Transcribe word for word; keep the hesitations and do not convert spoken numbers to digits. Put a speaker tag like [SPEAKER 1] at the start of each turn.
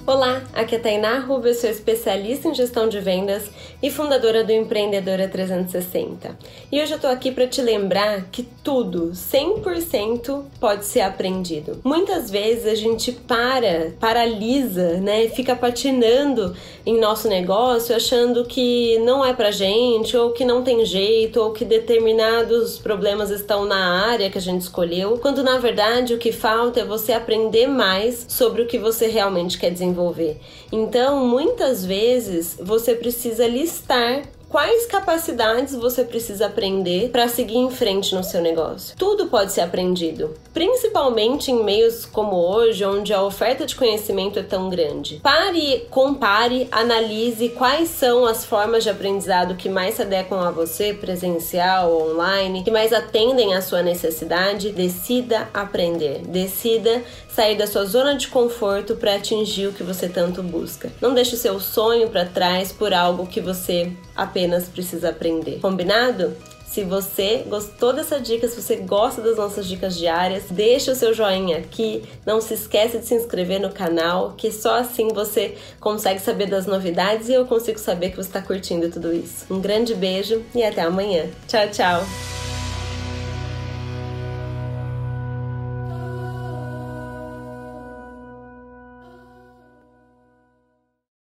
[SPEAKER 1] Olá, aqui é a Tainá Rubio, eu sou especialista em gestão de vendas e fundadora do Empreendedora trezentos e sessenta. E hoje eu tô aqui para te lembrar que tudo, cem por cento, pode ser aprendido. Muitas vezes a gente para, paralisa, né, fica patinando em nosso negócio achando que não é pra gente, ou que não tem jeito, ou que determinados problemas estão na área que a gente escolheu, quando na verdade o que falta é você aprender mais sobre o que você realmente quer desenvolver. Então, muitas vezes, você precisa listar quais capacidades você precisa aprender para seguir em frente no seu negócio. Tudo pode ser aprendido, principalmente em meios como hoje, onde a oferta de conhecimento é tão grande. Pare, compare, analise quais são as formas de aprendizado que mais se adequam a você, presencial ou online, que mais atendem à sua necessidade. Decida aprender, decida sair da sua zona de conforto para atingir o que você tanto busca. Não deixe o seu sonho para trás por algo que você apenas precisa aprender. Combinado? Se você gostou dessa dica, se você gosta das nossas dicas diárias, deixa o seu joinha aqui, não se esquece de se inscrever no canal, que só assim você consegue saber das novidades e eu consigo saber que você está curtindo tudo isso. Um grande beijo e até amanhã. Tchau, tchau!